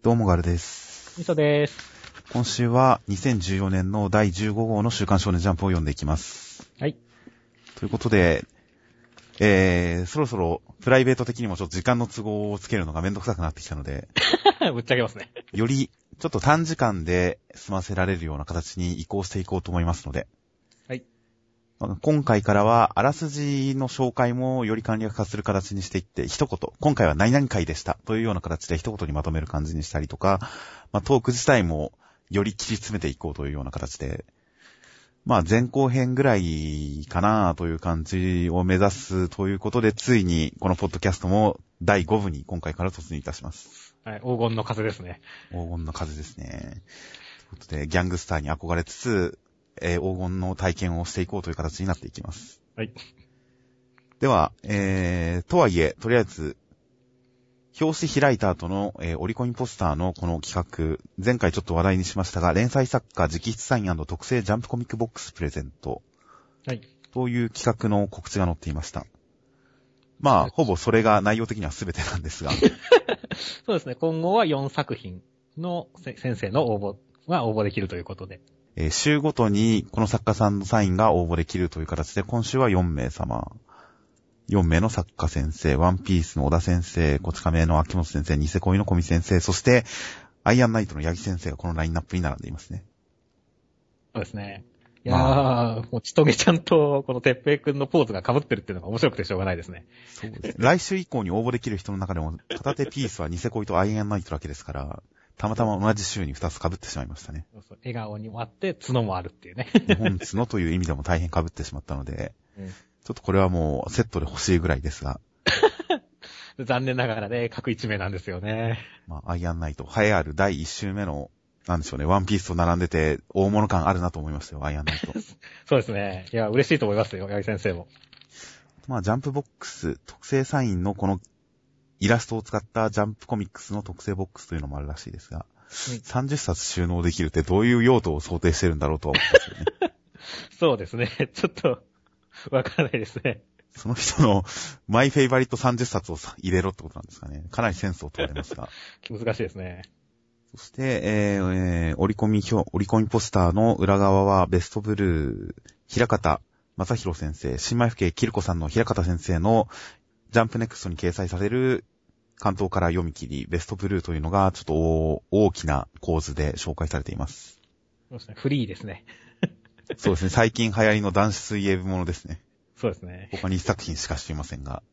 どうもガルです。 みそです。 今週は2014年の第15号の週刊少年ジャンプを読んでいきます。 はい。 ということで、そろそろプライベート的にもちょっと時間の都合をつけるのがめんどくさくなってきたので、 ぶっちゃけますね。 よりちょっと短時間で済ませられるような形に移行していこうと思いますので、 はい。 今回からはあらすじの紹介もより簡略化する形にしていって、一言、今回は何々回でしたというような形で一言にまとめる感じにしたりとか、トーク自体もより切り詰めていこうというような形で、前後編ぐらいかなという感じを目指すということで、ついにこのポッドキャストも第5部に今回から突入いたします。 はい、黄金の風ですね。 黄金の風ですね。ということで、ギャングスターに憧れつつ、黄金の体験をしていこうという形になっていきます。 はい。 では、とはいえ、とりあえず、表紙開いた後の、折り込みポスターのこの企画、前回ちょっと話題にしましたが、連載作家直筆サイン&特製ジャンプコミックボックスプレゼント。 はい。 という企画の告知が載っていました。ほぼそれが内容的には全てなんですが。 そうですね。今後は4作品の先生の応募できるということで。 週ごとにこの作家さんのサインが応募できるという形で、今週は4名様。4名の作家先生、ワンピースの小田先生、こち亀の秋元先生、ニセ恋の小見先生、そして、アイアンナイトの八木先生がこのラインナップに並んでいますね。 そうですね。いやー、もうちとげちゃんとこのてっぺいくんのポーズが被ってるっていうのが面白くてしょうがないですね。 そうですね。来週以降に応募できる人の中でも、片手ピースはニセ恋とアイアンナイトだけですから、たまたま同じ週に2つ被ってしまいましたね。 そうそう、笑顔にもあって角もあるっていうね。 日本角という意味でも大変被ってしまったので、ちょっとこれはもうセットで欲しいぐらいですが。 残念ながらね、各一名なんですよね。 アイアンナイト、栄えある第1週目の、なんでしょうね、ワンピースと並んでて、大物感あるなと思いましたよ、アイアンナイト。 そうですね。いや、嬉しいと思いますよ、八木先生も。 ジャンプボックス、特製サインのこのイラストを使ったジャンプコミックスの特製ボックスというのもあるらしいですが、30冊収納できるってどういう用途を想定してるんだろうとは思ったんですよね。 そうですね。ちょっと、わからないですね。 その人のマイフェイバリット30冊を入れろってことなんですかね。かなりセンスを問われますが。 難しいですね。 そして、折り込みポスターの裏側はベストブルー、平方正宏先生、新米府警キルコさんの平方先生のジャンプネクストに掲載される関東から読み切り、ベストブルーというのがちょっと大きな構図で紹介されています。 そうですね。フリーですね。 そうですね。最近流行りの男子水泳部ものですね。 そうですね。 他に1作品しか知りませんが。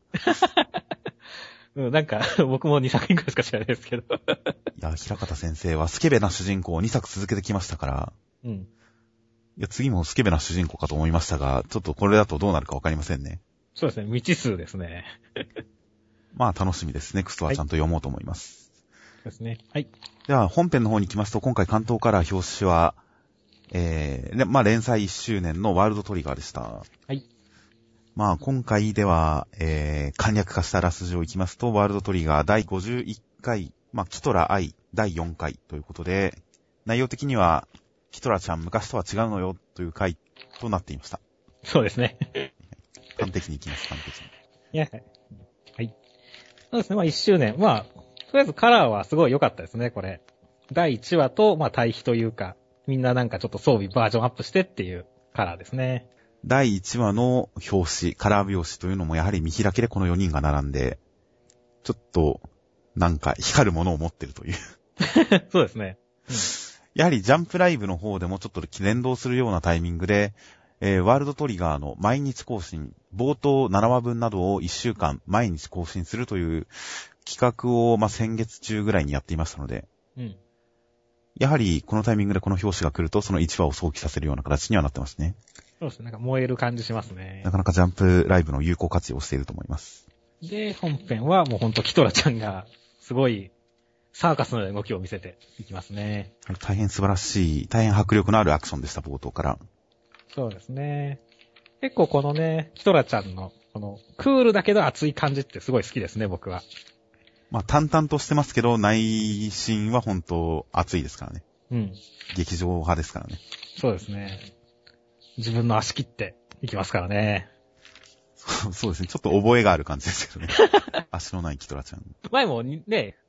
なんか、僕も2作品くらいしか知らないですけど。 いや、平方先生はスケベな主人公を2作続けてきましたから。 うん。 いや、次もスケベな主人公かと思いましたが、ちょっとこれだとどうなるかわかりませんね。 そうですね。未知数ですね。 楽しみです。ネクストはちゃんと読もうと思います。 そうですね。はい。 では、本編の方に行きますと、今回関東から表紙は、連載1周年のワールドトリガーでした。 はい。 今回では、簡略化したあらすじをいきますと、ワールドトリガー第51回、キトラ愛第4回ということで、内容的には、キトラちゃん昔とは違うのよという回となっていました。 そうですね。 端的にいきます、端的に。 いや、はい。そうですね。1周年。とりあえずカラーはすごい良かったですね、これ。第1話と、対比というか、みんななんかちょっと装備バージョンアップしてっていうカラーですね。 第1話の表紙、カラー表紙というのもやはり見開きでこの4人が並んで、ちょっと、なんか光るものを持ってるという。 そうですね。 やはりジャンプライブの方でもちょっと連動するようなタイミングで、ワールドトリガーの毎日更新、冒頭7話分などを1週間毎日更新するという企画を、先月中ぐらいにやっていましたので、やはりこのタイミングでこの表紙が来るとその1話を想起させるような形にはなってますね。 そうですね。なんか燃える感じしますね。 なかなかジャンプライブの有効活用をしていると思います。 で、本編はもうほんとキトラちゃんがすごいサーカスのような動きを見せていきますね。 大変素晴らしい、大変迫力のあるアクションでした、冒頭から。 そうですね。結構このね、キトラちゃんのこのクールだけど熱い感じってすごい好きですね、僕は。 淡々としてますけど、内心は本当熱いですからね。劇場派ですからね。 そうですね。自分の足切っていきますからね。 そうですね。ちょっと覚えがある感じですけどね。足のないキトラちゃん。 前もね、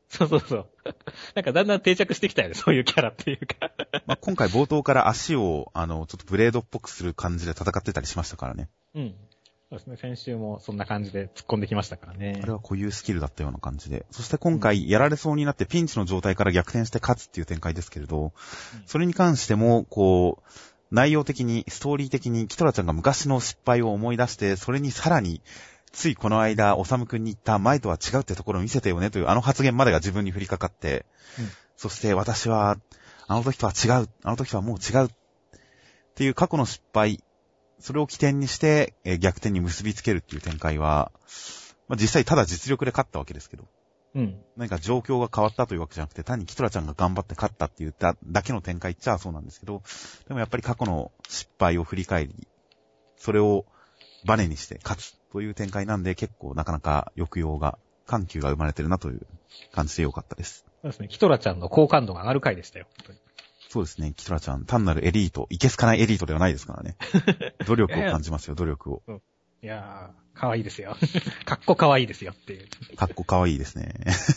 そうそうそう。なんかだんだん定着してきたよね、そういうキャラっていうか。 まあ、今回冒頭から足を、ちょっとブレードっぽくする感じで戦ってたりしましたからね。 うん。そうですね、先週もそんな感じで突っ込んできましたからね。 あれは固有スキルだったような感じで。そして今回、やられそうになってピンチの状態から逆転して勝つっていう展開ですけれど、それに関しても、こう、内容的に、ストーリー的に、キトラちゃんが昔の失敗を思い出して、それにさらに、ついこの間、おさむくんに言った前とは違うってところを見せてよねというあの発言までが自分に降りかかって、そして私は、あの時とは違う、あの時とはもう違うっていう過去の失敗、それを起点にして、逆転に結びつけるっていう展開は、まあ、実際ただ実力で勝ったわけですけど、何か状況が変わったというわけじゃなくて、単にキトラちゃんが頑張って勝ったって言っただけの展開っちゃそうなんですけど、でもやっぱり過去の失敗を振り返り、それをバネにして勝つという展開なんで、結構なかなか抑揚が、緩急が生まれてるなという感じで良かったです。 そうですね、キトラちゃんの好感度が上がる回でしたよ。本当にそうですね、キトラちゃん、単なるエリート、いけすかないエリートではないですからね。努力を感じますよ、努力を。 いやー、可愛いですよ。かっこ可愛いですよっていう。 かっこ可愛いですね。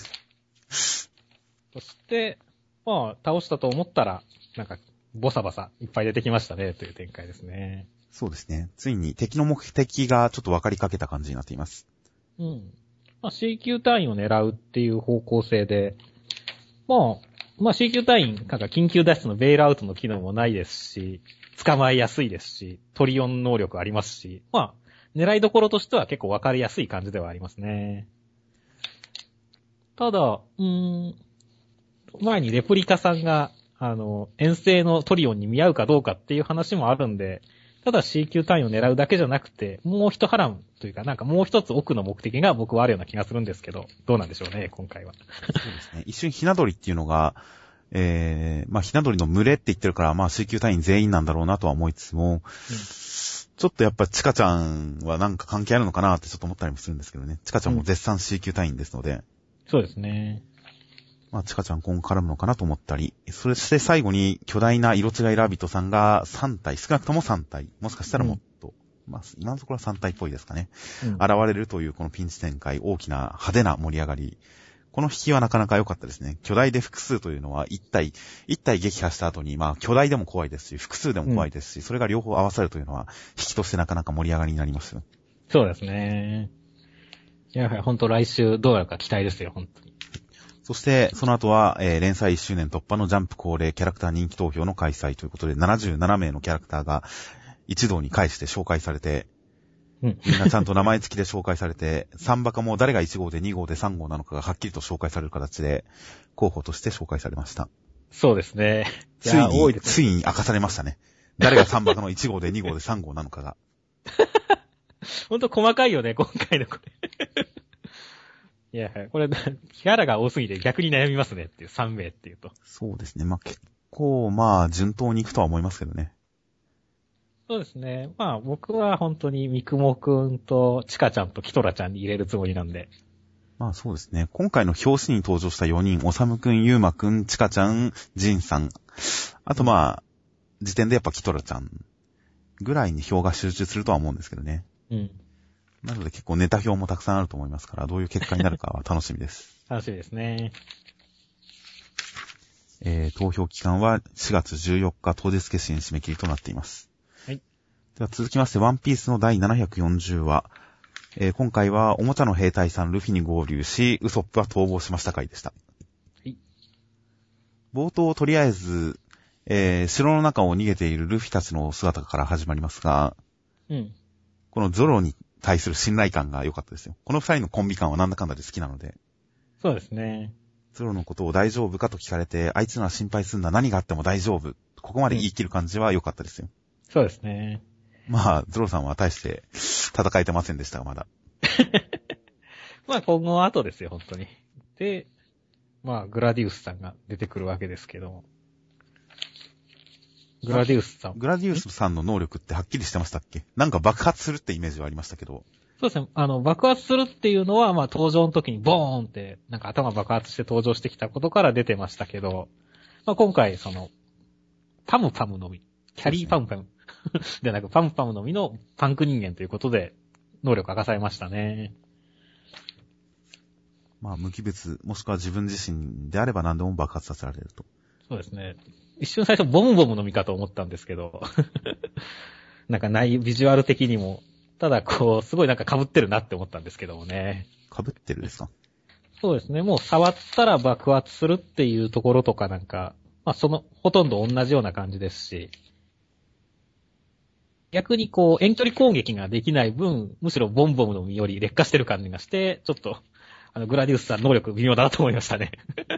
そして、まあ、倒したと思ったら、なんか、ボサボサいっぱい出てきましたね、という展開ですね。 そうですね。ついに敵の目的がちょっと分かりかけた感じになっています。 まあ、C 級隊員を狙うっていう方向性で、まあ C 級隊員、なんか緊急脱出のベイルアウトの機能もないですし、捕まえやすいですし、トリオン能力ありますし、まあ、狙いどころとしては結構分かりやすい感じではありますね。ただ、前にレプリカさんが、遠征のトリオンに見合うかどうかっていう話もあるんで、ただ C 級単位を狙うだけじゃなくて、もう一波乱というか、なんかもう一つ奥の目的が僕はあるような気がするんですけど、どうなんでしょうね、今回は。 そうですね。一瞬ひな鳥っていうのが、まあひな鳥の群れって言ってるから、まあ C 級隊員全員なんだろうなとは思いつつも、ちょっとやっぱチカちゃんはなんか関係あるのかなってちょっと思ったりもするんですけどね。チカちゃんも絶賛 C 級隊員ですので。 そうですね。 まあ、チカちゃん今後絡むのかなと思ったり、そして最後に巨大な色違いラビットさんが3体、少なくとも3体、もしかしたらもっと、まあ、今のところは3体っぽいですかね。現れるというこのピンチ展開、大きな派手な盛り上がり。この引きはなかなか良かったですね。巨大で複数というのは1体撃破した後に、まあ、巨大でも怖いですし、複数でも怖いですし、それが両方合わさるというのは、引きとしてなかなか盛り上がりになりますよ。 そうですね。いや、ほんと来週どうやるか期待ですよ、本当に。 そして、その後は、連載1周年突破のジャンプ恒例キャラクター人気投票の開催ということで、77名のキャラクターが一堂に会して紹介されて、みんなちゃんと名前付きで紹介されて、3バカも誰が1号で2号で3号なのかがはっきりと紹介される形で、候補として紹介されました。 そうですね。 ついに明かされましたね。誰が3バカの1号で2号で3号なのかが。 ほんと細かいよね、今回のこれ。いや、これ、キャラが多すぎて逆に悩みますねっていう、3名っていうと。 そうですね。まあ、結構、まあ、順当に行くとは思いますけどね。 そうですね。まあ、僕は本当に、ミクモくんと、チカちゃんとキトラちゃんに入れるつもりなんで。 まあそうですね。今回の表紙に登場した4人、おさむくん、ゆうまくん、チカちゃん、ジンさん。あとまあ、時点でやっぱキトラちゃんぐらいに票が集中するとは思うんですけどね。なので結構ネタ票もたくさんあると思いますから、どういう結果になるかは楽しみです。 楽しみですね。 投票期間は4月14日当日決心締め切りとなっています。 はい。 では続きまして、ワンピースの第740話。今回はおもちゃの兵隊さんルフィに合流し、ウソップは逃亡しました回でした。 はい。 冒頭とりあえず、城の中を逃げているルフィたちの姿から始まりますが、このゾロに対する信頼感が良かったですよ。この二人のコンビ感はなんだかんだで好きなので。 そうですね。 ゾロのことを大丈夫かと聞かれて、あいつのは心配するんだ、何があっても大丈夫。ここまで言い切る感じは良かったですよ。 そうですね。 まあ、ゾロさんは大して戦えてませんでしたが、まだ。 まあ、今後は後ですよ、本当に。で、まあ、グラディウスさんが出てくるわけですけども。グラディウスさんの能力ってはっきりしてましたっけ？なんか爆発するってイメージはありましたけど。 そうですね。爆発するっていうのは、まあ、登場の時にボーンって、なんか頭爆発して登場してきたことから出てましたけど、まあ、今回、パムパムのみ、キャリーパムパムではなく、パムパムのみのパンク人間ということで、能力明かされましたね。 まあ、無機物、もしくは自分自身であれば何でも爆発させられると。 そうですね。一瞬最初ボムボムの実かと思ったんですけど、なんかビジュアル的にも、ただこう、すごいなんか被ってるなって思ったんですけどもね。 被ってるですか？ そうですね。もう触ったら爆発するっていうところとかなんか、まあほとんど同じような感じですし、逆にこう、遠距離攻撃ができない分、むしろボンボムの実より劣化してる感じがして、ちょっと、グラディウスさん能力微妙だなと思いましたね。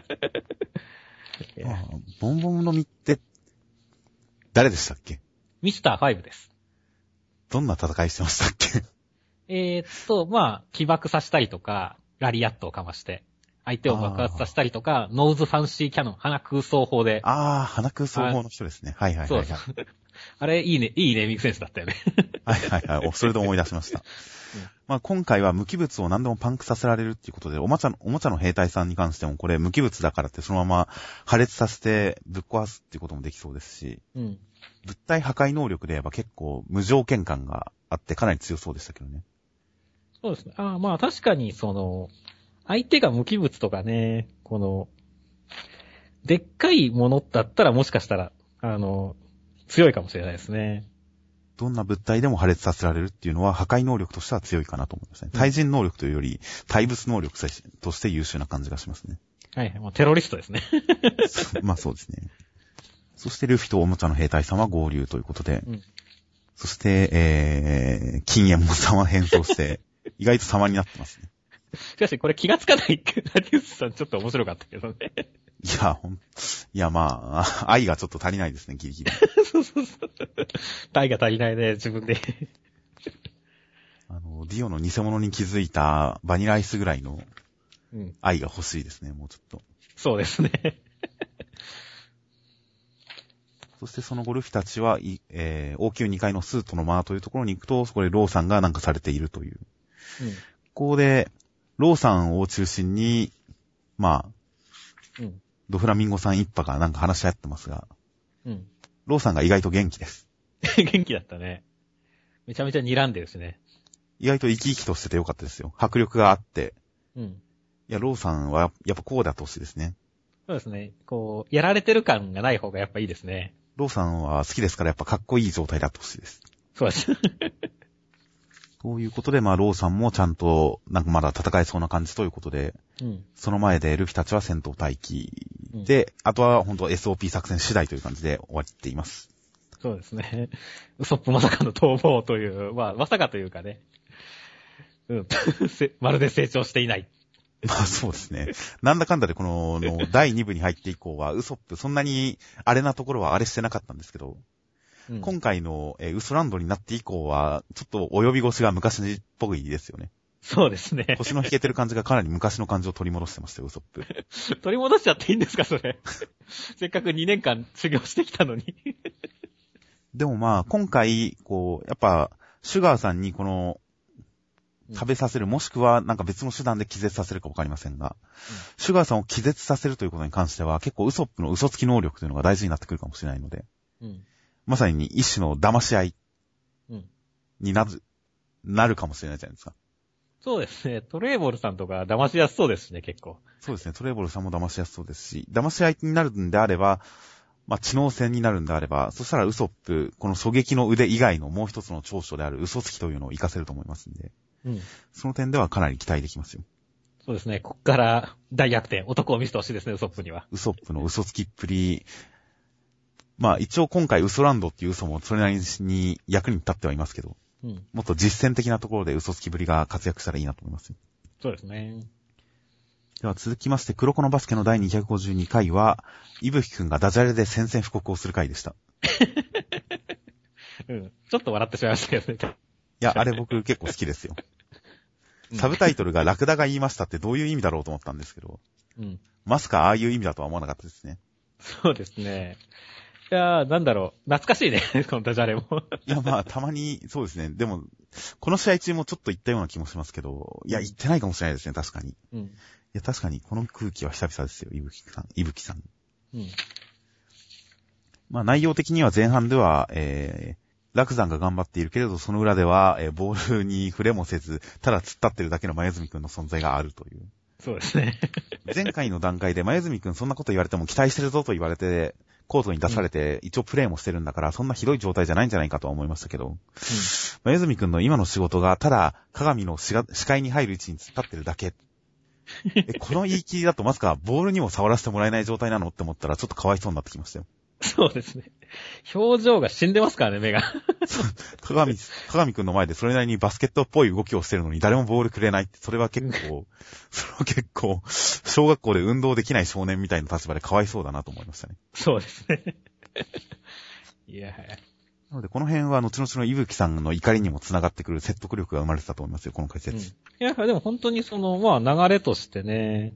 ボンボムの実って、誰でしたっけ？ ミスター5です。 どんな戦いしてましたっけ？ まあ、起爆させたりとか、ラリアットをかまして、相手を爆発させたりとか、ノーズファンシーキャノン、鼻空想法で。 鼻空想法の人ですね。はいはいはい、はい。 そうそう。あれ、いいネーミングセンスだったよね。 はいはいはい。それで思い出しました。まあ今回は無機物を何でもパンクさせられるっていうことで、おもちゃの兵隊さんに関してもこれ無機物だからってそのまま破裂させてぶっ壊すっていうこともできそうですし、 うん、 物体破壊能力で言えば結構無条件感があってかなり強そうでしたけどね。 そうですね。まあ確かに相手が無機物とかね、でっかいものだったらもしかしたら、強いかもしれないですね。 どんな物体でも破裂させられるっていうのは破壊能力としては強いかなと思いますね。対人能力というより対物能力として優秀な感じがしますね。 はい、もうテロリストですね。 まあそうですね。そしてルフィとおもちゃの兵隊さんは合流ということで、そして、禁煙も様変装して、意外と様になってますね。 しかしこれ気がつかないグラディウスさんちょっと面白かったけどね。 いやまあ、愛がちょっと足りないですね、ギリギリ。 そう。愛が足りないね、自分で。 ディオの偽物に気づいたバニラアイスぐらいの愛が欲しいですね、もうちょっと。 そうですね。 そしてその後ルフィたちは、王宮2階のスートの間というところに行くと、そこでローさんがなんかされているという。ここで、ローさんを中心に、まあ、ドフラミンゴさん一派がなんか話し合ってますが、ローさんが意外と元気です。 元気だったね。めちゃめちゃ睨んでるしね。 意外と生き生きとしててよかったですよ。迫力があって。 いや、ローさんはやっぱこうであってほしいですね。 そうですね。こう、やられてる感がない方がやっぱいいですね。 ローさんは好きですからやっぱかっこいい状態であってほしいです。 そうです。 ということで、まあ、ローさんもちゃんと、なんかまだ戦えそうな感じということで、その前でルフィたちは戦闘待機で、あとは本当 SOP 作戦次第という感じで終わっています。 そうですね。ウソップまさかの逃亡という、まあ、まさかというかね。まるで成長していない。 まあそうですね。なんだかんだでこの第2部に入って以降は、ウソップそんなにあれなところはあれしてなかったんですけど、今回のウソランドになって以降は、ちょっと及び腰が昔っぽいですよね。 そうですね。 腰の引けてる感じがかなり昔の感じを取り戻してましたよ、ウソップ。 取り戻しちゃっていいんですか、それ。せっかく2年間修行してきたのに。 でもまあ、今回、こう、やっぱ、シュガーさんにこの、食べさせる、もしくはなんか別の手段で気絶させるかわかりませんが、シュガーさんを気絶させるということに関しては、結構ウソップの嘘つき能力というのが大事になってくるかもしれないので、まさに一種の騙し合いになるかもしれないじゃないですか。 そうですね。トレーボルさんとか騙しやすそうですしね、結構。 そうですね。トレーボルさんも騙しやすそうですし、騙し合いになるんであれば、まあ、知能戦になるんであれば、そしたらウソップ、この狙撃の腕以外のもう一つの長所である嘘つきというのを活かせると思いますんで、その点ではかなり期待できますよ。 そうですね。こっから大逆転、男を見せてほしいですね、ウソップには。 ウソップの嘘つきっぷり、まあ一応今回ウソランドっていう嘘もそれなりに役に立ってはいますけど、もっと実践的なところで嘘つきぶりが活躍したらいいなと思いますよ。 そうですね。 では続きまして、黒子のバスケの第252回は、イブキくんがダジャレで宣戦布告をする回でした。 ちょっと笑ってしまいましたけどね。 いや、あれ僕結構好きですよ。サブタイトルがラクダが言いましたってどういう意味だろうと思ったんですけど、まさかああいう意味だとは思わなかったですね。 そうですね。いやー、なんだろう。懐かしいね、このダジャレも。 いや、まあ、たまに、そうですね。でも、この試合中もちょっと言ったような気もしますけど、いや、言ってないかもしれないですね、確かに。いや、確かに、この空気は久々ですよ、イブキさん。まあ、内容的には前半では、ラクザンが頑張っているけれど、その裏では、ボールに触れもせず、ただ突っ立ってるだけの前住くんの存在があるという。 そうですね。 前回の段階で、前住くんそんなこと言われても期待してるぞと言われて、コートに出されて、一応プレイもしてるんだから、そんなひどい状態じゃないんじゃないかとは思いましたけど、前住くんの今の仕事が、ただ、鏡の視界に入る位置に突っ立ってるだけ。この言い切りだとまさかボールにも触らせてもらえない状態なのって思ったらちょっとかわいそうになってきましたよ。 そうですね。表情が死んでますからね、目が。 鏡くんの前でそれなりにバスケットっぽい動きをしてるのに誰もボールくれないって、それは結構、小学校で運動できない少年みたいな立場でかわいそうだなと思いましたね。 そうですね。いや。 なのでこの辺は後々の伊吹さんの怒りにもつながってくる説得力が生まれてたと思いますよ、この解説。 いや、でも本当に流れとしてね、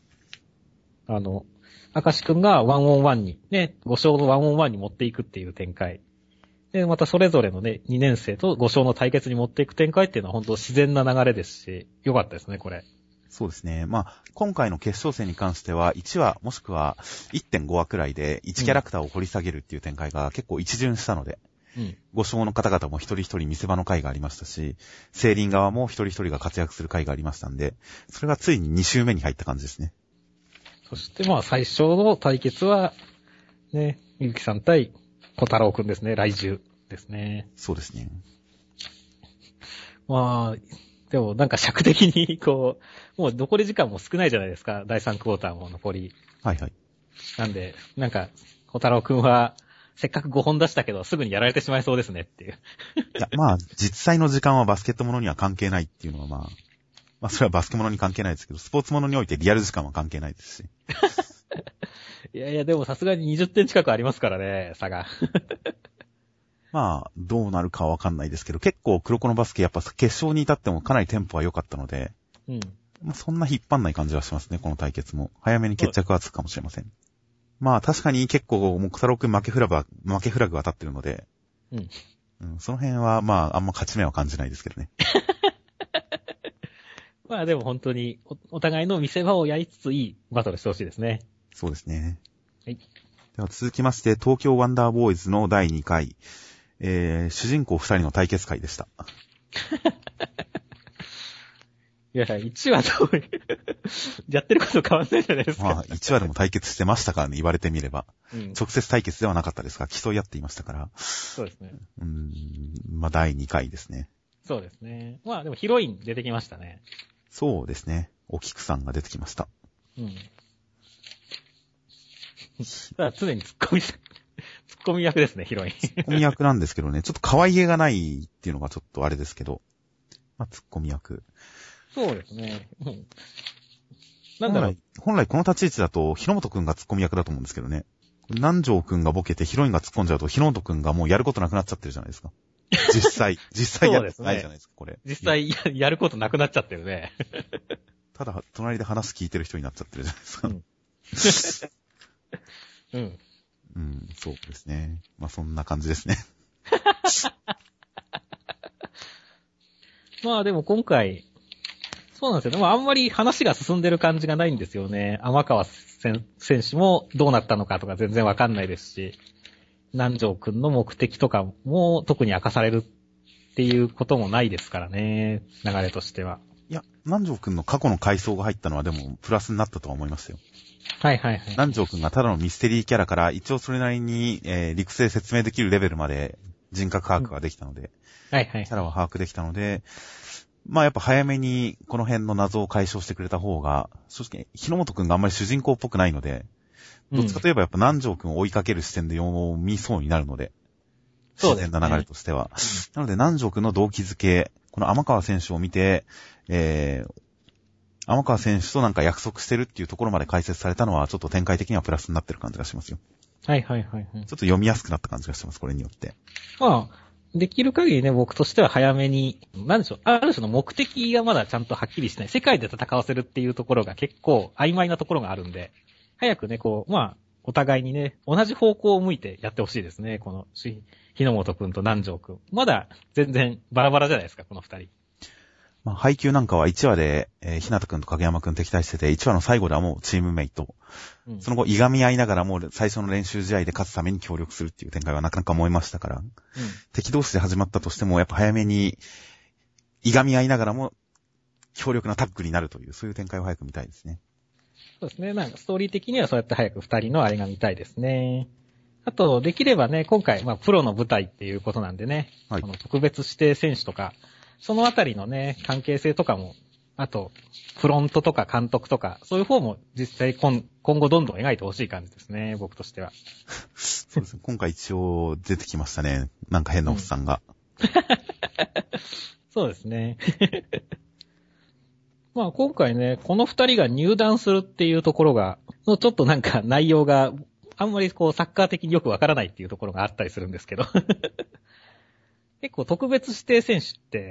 明石くんがワンオンワンに、ね、5勝のワンオンワンに持っていくっていう展開。で、またそれぞれのね、2年生と5勝の対決に持っていく展開っていうのは本当自然な流れですし、良かったですね、これ。 そうですね。今回の決勝戦に関しては、1話もしくは 1.5 話くらいで1キャラクターを掘り下げるっていう展開が結構一巡したので、5勝の方々も一人一人見せ場の回がありましたし、セーリン側も一人一人が活躍する回がありましたんで、それがついに2周目に入った感じですね。 そして最初の対決は、ね、ゆうきさん対小太郎くんですね、来週ですね。 そうですね。 でもなんか尺的にもう残り時間も少ないじゃないですか、第3クォーターも残り。 はいはい。 なんで、なんか、小太郎くんは、せっかく5本出したけど、すぐにやられてしまいそうですねっていう。 いや、実際の時間はバスケットものには関係ないっていうのはそれはバスケものに関係ないですけど、スポーツものにおいてリアル時間は関係ないですし。 いや、でもさすがに20点近くありますからね、差が。 どうなるかはわかんないですけど、結構黒子のバスケやっぱ決勝に至ってもかなりテンポは良かったので、そんな引っ張んない感じはしますね、この対決も。早めに決着はつくかもしれません。確かに結構、もう小太郎くん負けフラグは立ってるので、その辺はあんま勝ち目は感じないですけどね。 でも本当にお互いの見せ場をやりつついいバトルしてほしいですね。 そうですね。 はい。 では続きまして、東京ワンダーボーイズの第2回、主人公2人の対決会でした。 いや、1話と、やってること変わんないじゃないですか。 1話でも対決してましたからね、言われてみれば。直接対決ではなかったですが、競い合っていましたから。 そうですね。 第2回ですね。 そうですね。でもヒロイン出てきましたね。 そうですね。お菊さんが出てきました。 常にツッコミ役ですね、ヒロイン。 ツッコミ役なんですけどね、ちょっと可愛げがないっていうのがちょっとあれですけど。ツッコミ役。 そうですね。 なんだろう。本来この立ち位置だと、日野本くんがツッコミ役だと思うんですけどね。南條くんがボケてヒロインが突っ込んじゃうと、日野本くんがもうやることなくなっちゃってるじゃないですか。実際やってないじゃないですか、これ。 実際やることなくなっちゃってるね。 ただ、隣で話聞いてる人になっちゃってるじゃないですか。そうですね。そんな感じですね。 でも今回、そうなんですよね。あんまり話が進んでる感じがないんですよね。天川選手もどうなったのかとか全然わかんないですし、南條くんの目的とかも特に明かされるっていうこともないですからね。流れとしては。 いや、南條くんの過去の回想が入ったのはでもプラスになったとは思いますよ。 はいはいはい。 南條くんがただのミステリーキャラから一応それなりに、理屈で説明できるレベルまで人格把握ができたので、 はいはい。 キャラは把握できたので、やっぱ早めにこの辺の謎を解消してくれた方が、正直、日野本くんがあんまり主人公っぽくないので、どっちかといえばやっぱ南條くんを追いかける視点で読みそうになるので、自然な流れとしては。なので南條くんの動機づけ、この天川選手を見て、天川選手となんか約束してるっていうところまで解説されたのは、ちょっと展開的にはプラスになってる感じがしますよ。 はいはいはい。 ちょっと読みやすくなった感じがしてます、これによって。 できる限りね、僕としては早めに、なんでしょう、ある種の目的がまだちゃんとはっきりしない。世界で戦わせるっていうところが結構曖昧なところがあるんで、早くね、お互いにね、同じ方向を向いてやってほしいですね。この、日野本くんと南條くん。まだ全然バラバラじゃないですか、この二人。 配球なんかは1話で、日向くんと影山くん敵対してて、1話の最後ではもうチームメイト。その後、いがみ合いながらも最初の練習試合で勝つために協力するっていう展開はなかなか思いましたから、敵同士で始まったとしても、やっぱ早めに、いがみ合いながらも、 強力なタッグになるという、そういう展開を早く見たいですね。 そうですね。なんかストーリー的にはそうやって早く二人のあれが見たいですね。あと、できればね、今回、プロの舞台っていうことなんでね、 はいこの特別指定選手とか、そのあたりのね、関係性とかも、あと、フロントとか監督とか、そういう方も実際今後どんどん描いてほしい感じですね、僕としては。 そうですね。今回一応出てきましたね。なんか変なおっさんが。 そうですね。今回ね、この二人が入団するっていうところが、ちょっとなんか内容があんまりサッカー的によくわからないっていうところがあったりするんですけど。結構特別指定選手って、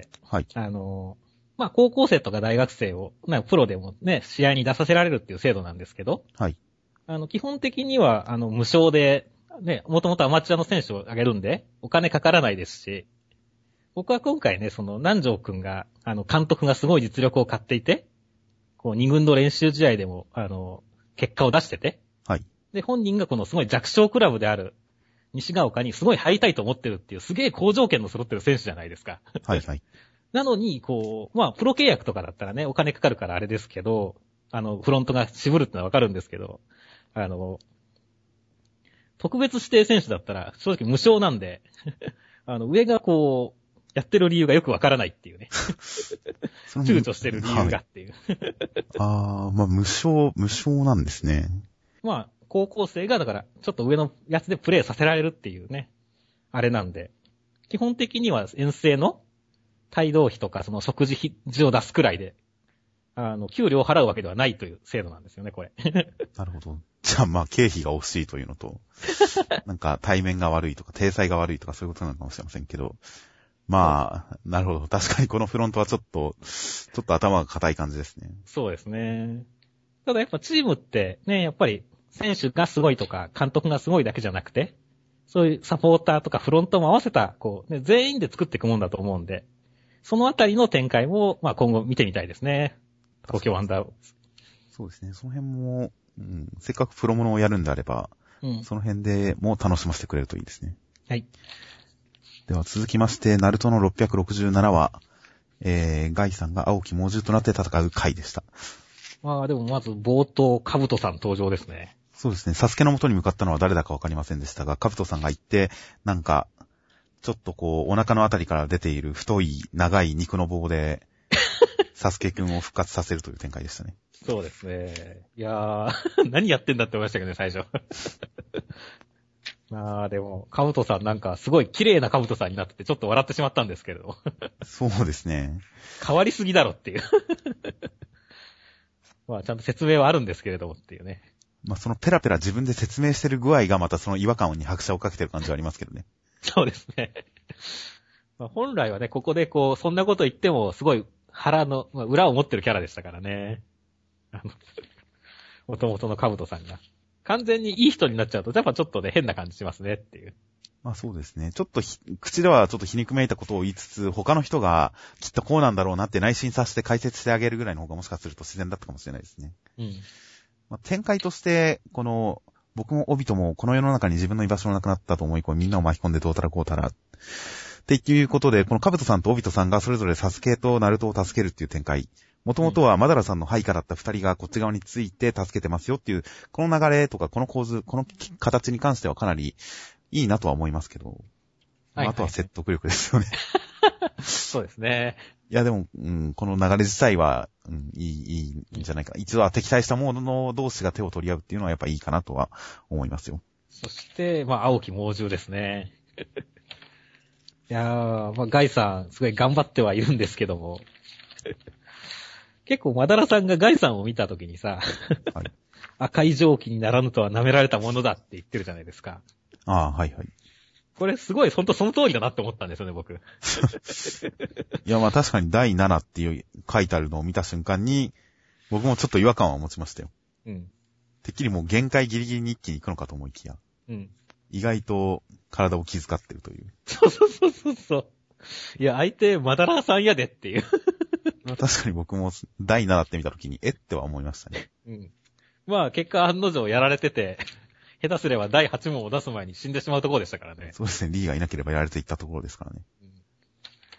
はい。 高校生とか大学生を、プロでもね、試合に出させられるっていう制度なんですけど、 はい。 基本的には、無償で、ね、もともとアマチュアの選手を挙げるんで、お金かからないですし、僕は今回ね、南條くんが、監督がすごい実力を買っていて、二軍の練習試合でも、結果を出してて、 はい。 で、本人がこのすごい弱小クラブである、西ヶ丘にすごい入りたいと思ってるっていう、すげえ好条件の揃ってる選手じゃないですか。 はい。はい。 なのに、プロ契約とかだったらね、お金かかるからあれですけど、フロントが渋るってのはわかるんですけど、特別指定選手だったら、正直無償なんで、上がやってる理由がよくわからないっていうね。躊躇してる理由がっていう。 無償なんですね。 高校生がだから、ちょっと上のやつでプレイさせられるっていうね、あれなんで、基本的には遠征の帯同費とかその食事費を出すくらいで、給料を払うわけではないという制度なんですよね、これ。 なるほど。じゃあ経費が惜しいというのと、なんか対面が悪いとか、体裁が悪いとかそういうことなのかもしれませんけど、なるほど。確かにこのフロントはちょっと頭が固い感じですね。 そうですね。ただやっぱチームってね、やっぱり選手がすごいとか、監督がすごいだけじゃなくて、そういうサポーターとかフロントも合わせた、全員で作っていくもんだと思うんで、そのあたりの展開も、今後見てみたいですね。東京ワンダー。 そうですね。その辺も、せっかくプロモノをやるんであれば、その辺でも楽しませてくれるといいですね。 はい。 では続きまして、ナルトの667話、ガイさんが青き猛獣となって戦う回でした。 でもまず冒頭、カブトさん登場ですね。 そうですね。サスケの元に向かったのは誰だかわかりませんでしたが、カブトさんが行って、なんか、ちょっとお腹のあたりから出ている太い、長い肉の棒で、サスケくんを復活させるという展開でしたね。 そうですね。いやー、何やってんだって思いましたけどね、最初。でも、カブトさんなんかすごい綺麗なカブトさんになっててちょっと笑ってしまったんですけれど。 そうですね。 変わりすぎだろっていう。ちゃんと説明はあるんですけれどもっていうね。 そのペラペラ自分で説明してる具合がまたその違和感に拍車をかけてる感じはありますけどね。 そうですね。本来はね、ここでそんなこと言ってもすごい腹の、裏を持ってるキャラでしたからね。元々のカブトさんが。完全にいい人になっちゃうと、やっぱちょっとね、変な感じしますねっていう。 そうですね。ちょっと口ではちょっと皮肉めいたことを言いつつ、他の人がきっとこうなんだろうなって内心させて解説してあげるぐらいの方がもしかすると自然だったかもしれないですね。展開として、僕もオビトもこの世の中に自分の居場所がなくなったと思い、みんなを巻き込んでどうたらこうたら。っていうことで、このカブトさんとオビトさんがそれぞれサスケとナルトを助けるっていう展開。もともとはマダラさんの配下だった二人がこっち側について助けてますよっていう、この流れとかこの構図、この形に関してはかなりいいなとは思いますけど。あとは説得力ですよね。 そうですね。 いやでも、この流れ自体は、いいんじゃないかな。一度は敵対したものの同士が手を取り合うっていうのはやっぱいいかなとは思いますよ。 そして、青き猛獣ですね。いやー、ガイさん、すごい頑張ってはいるんですけども。結構、マダラさんがガイさんを見たときにさ、はい、赤い蒸気にならぬとは舐められたものだって言ってるじゃないですか。 はいはい。 これすごい、ほんとその通りだなって思ったんですよね、僕。いや、確かに第7っていう書いてあるのを見た瞬間に、僕もちょっと違和感は持ちましたよ。てっきりもう限界ギリギリに一気に行くのかと思いきや。意外と体を気遣ってるという。 そう。いや、相手、マダラさんやでっていう。 確かに僕も第7って見たときに、っては思いましたね。 結果案の定やられてて、下手すれば第8問を出す前に死んでしまうところでしたからね。 そうですね、リーがいなければやられていったところですからね。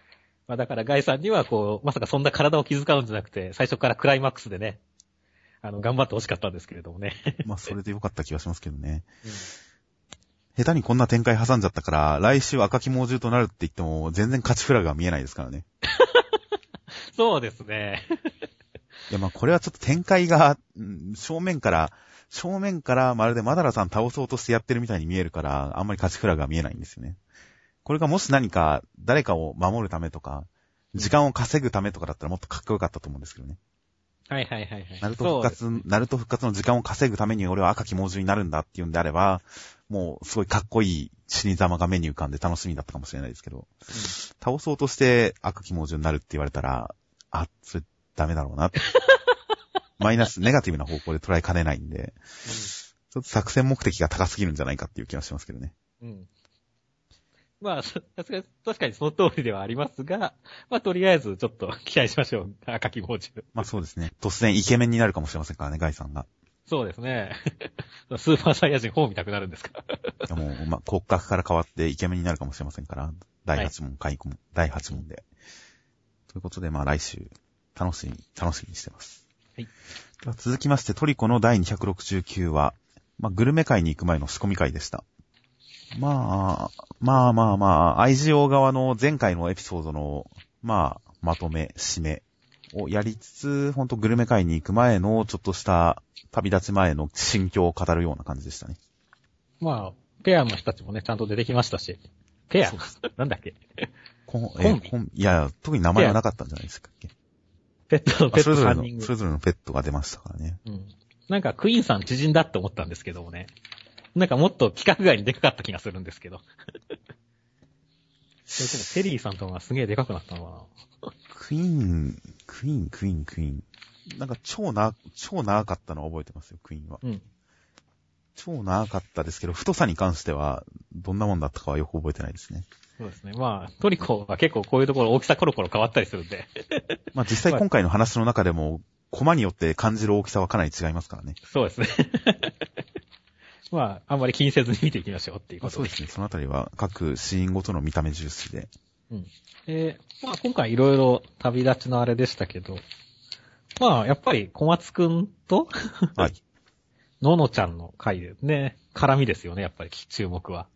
まあだからガイさんにはまさかそんな体を気遣うんじゃなくて、最初からクライマックスでね、頑張ってほしかったんですけれどもね。 まあそれでよかった気がしますけどね。 うん、 下手にこんな展開挟んじゃったから、来週赤き猛獣となるって言っても、全然勝ちフラグは見えないですからね。 そうですね。 いやまあこれはちょっと展開が、正面からまるでマダラさん倒そうとしてやってるみたいに見えるから、あんまり勝ちフラグは見えないんですよね。これがもし何か誰かを守るためとか、時間を稼ぐためとかだったらもっとかっこよかったと思うんですけどね。 はいはいはいはい。 ナルト復活の時間を稼ぐために俺は赤き猛獣になるんだっていうんであれば、もうすごいかっこいい死に様が目に浮かんで楽しみだったかもしれないですけど、倒そうとして赤き猛獣になるって言われたら、それダメだろうなって。マイナス、ネガティブな方向で捉えかねないんで、ちょっと作戦目的が高すぎるんじゃないかっていう気がしますけどね。 うん。まあ、確かにその通りではありますが、まあとりあえずちょっと期待しましょう。赤き猛獣。 まあそうですね。突然イケメンになるかもしれませんからね、ガイさんが。 そうですね。スーパーサイヤ人4見たくなるんですか。 いやもう、骨格から変わってイケメンになるかもしれませんから、第8問、開口、第8問で。ということで、まあ来週、楽しみにしてます。 はい。 では続きまして、トリコの第269話、グルメ会に行く前の仕込み会でした。まあ、IGO 側の前回のエピソードの、まとめ、締めをやりつつ、ほんとグルメ会に行く前の、ちょっとした旅立ち前の心境を語るような感じでしたね。 まあ、ペアの人たちもね、ちゃんと出てきましたし。ペアなんだっけコンビいや、特に名前はなかったんじゃないですかっけ。 ペット3人組。 それぞれのペットが出ましたからね。 うん。なんかクイーンさん知人だって思ったんですけどもね。なんかもっと規格外にでかかった気がするんですけど。それともテリーさんとかすげえでかくなったのかな。 クイーン。なんか超長かったのを覚えてますよ、クイーンは。 うん。 超長かったですけど、太さに関しては、どんなもんだったかはよく覚えてないですね。 そうですね。まあ、トリコは結構こういうところ大きさコロコロ変わったりするんで。 まあ実際今回の話の中でも、コマによって感じる大きさはかなり違いますからね。 そうですね。まあ、あんまり気にせずに見ていきましょうっていうことで。 そうですね。そのあたりは各シーンごとの見た目重視で。 うん。まあ今回いろいろ旅立ちのあれでしたけど、まあやっぱり小松くんと、 はい。 ののちゃんの回でね、絡みですよね、やっぱり注目は。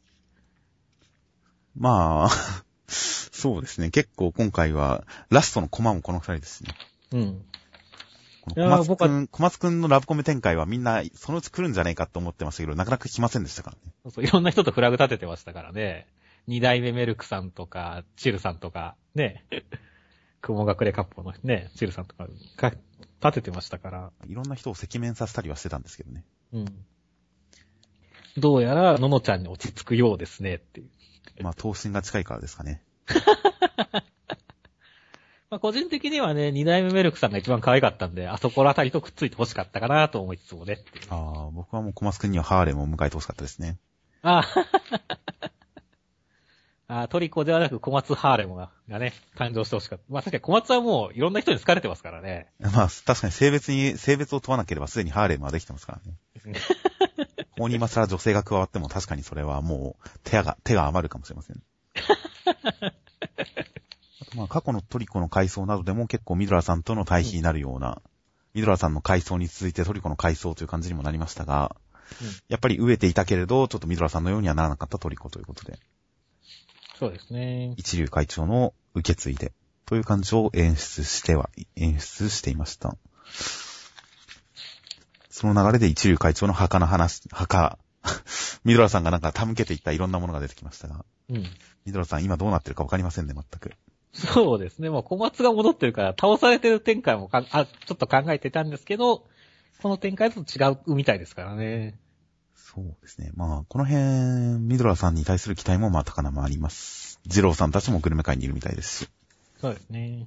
まあ、そうですね。結構今回は、ラストのコマもこの二人ですね。 うん。 小松くんのラブコメ展開はみんなそのうち来るんじゃないかと思ってましたけど、なかなか来ませんでしたからね。 そう、いろんな人とフラグ立ててましたからね。二代目メルクさんとか、チルさんとか、ね。雲隠れカッポのね、チルさんとか、立ててましたから。 いろんな人を赤面させたりはしてたんですけどね。 うん。どうやら、ののちゃんに落ち着くようですね、っていう。 まあ、頭身が近いからですかね。 まあ個人的にはね、二代目メルクさんが一番可愛かったんで、あそこら辺りとくっついて欲しかったかなと思いつつもね。 僕はもう小松くんにはハーレムを迎えて欲しかったですね。 トリコではなく小松ハーレムがね、誕生して欲しかった。まあ確かに小松はもういろんな人に好かれてますからね。 まあ確かに性別を問わなければすでにハーレムはできてますからね。法に今更女性が加わっても確かにそれはもう手が余るかもしれません。まあ過去のトリコの回想などでも結構ミドラさんとの対比になるような、ミドラさんの回想に続いてトリコの回想という感じにもなりましたが、やっぱり飢えていたけれど、ちょっとミドラさんのようにはならなかったトリコということで。 そうですね。 一流会長の受け継いで、という感じを演出していました。その流れで一流会長のミドラさんがなんか手向けていったいろんなものが出てきましたが、ミドラさん今どうなってるかわかりませんね、全く。 そうですね。もう小松が戻ってるから倒されてる展開もちょっと考えてたんですけど、この展開と違うみたいですからね。 そうですね。まあ、この辺、ミドラさんに対する期待も高々もあります。ジローさんたちもグルメ会にいるみたいですし。 そうですね。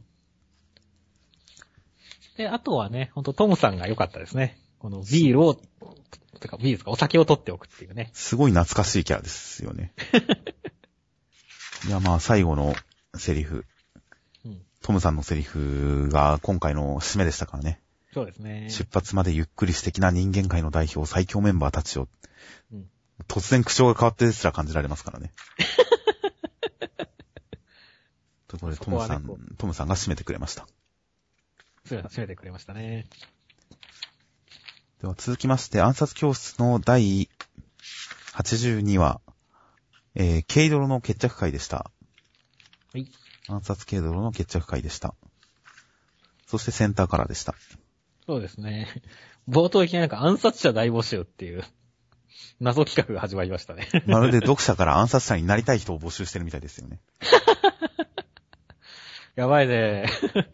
で、あとはね、ほんとトムさんが良かったですね。このビールですか、お酒を取っておくっていうね。 すごい懐かしいキャラですよね。いや、まあ、最後のセリフ。トムさんのセリフが今回の締めでしたからね。 そうですね。 出発までゆっくり素敵な人間界の代表最強メンバーたちを、突然口調が変わってですら感じられますからね。 ということで、 そこはねトムさんが締めてくれました。 締めてくれましたね。 では続きまして、暗殺教室の第82話、ケイドロの決着会でした。 はい。 暗殺ケイドロの決着会でした。そしてセンターカラーでした。 そうですね。冒頭いきなりなんか暗殺者大募集っていう謎企画が始まりましたね。 まるで読者から暗殺者になりたい人を募集してるみたいですよね。 やばいね。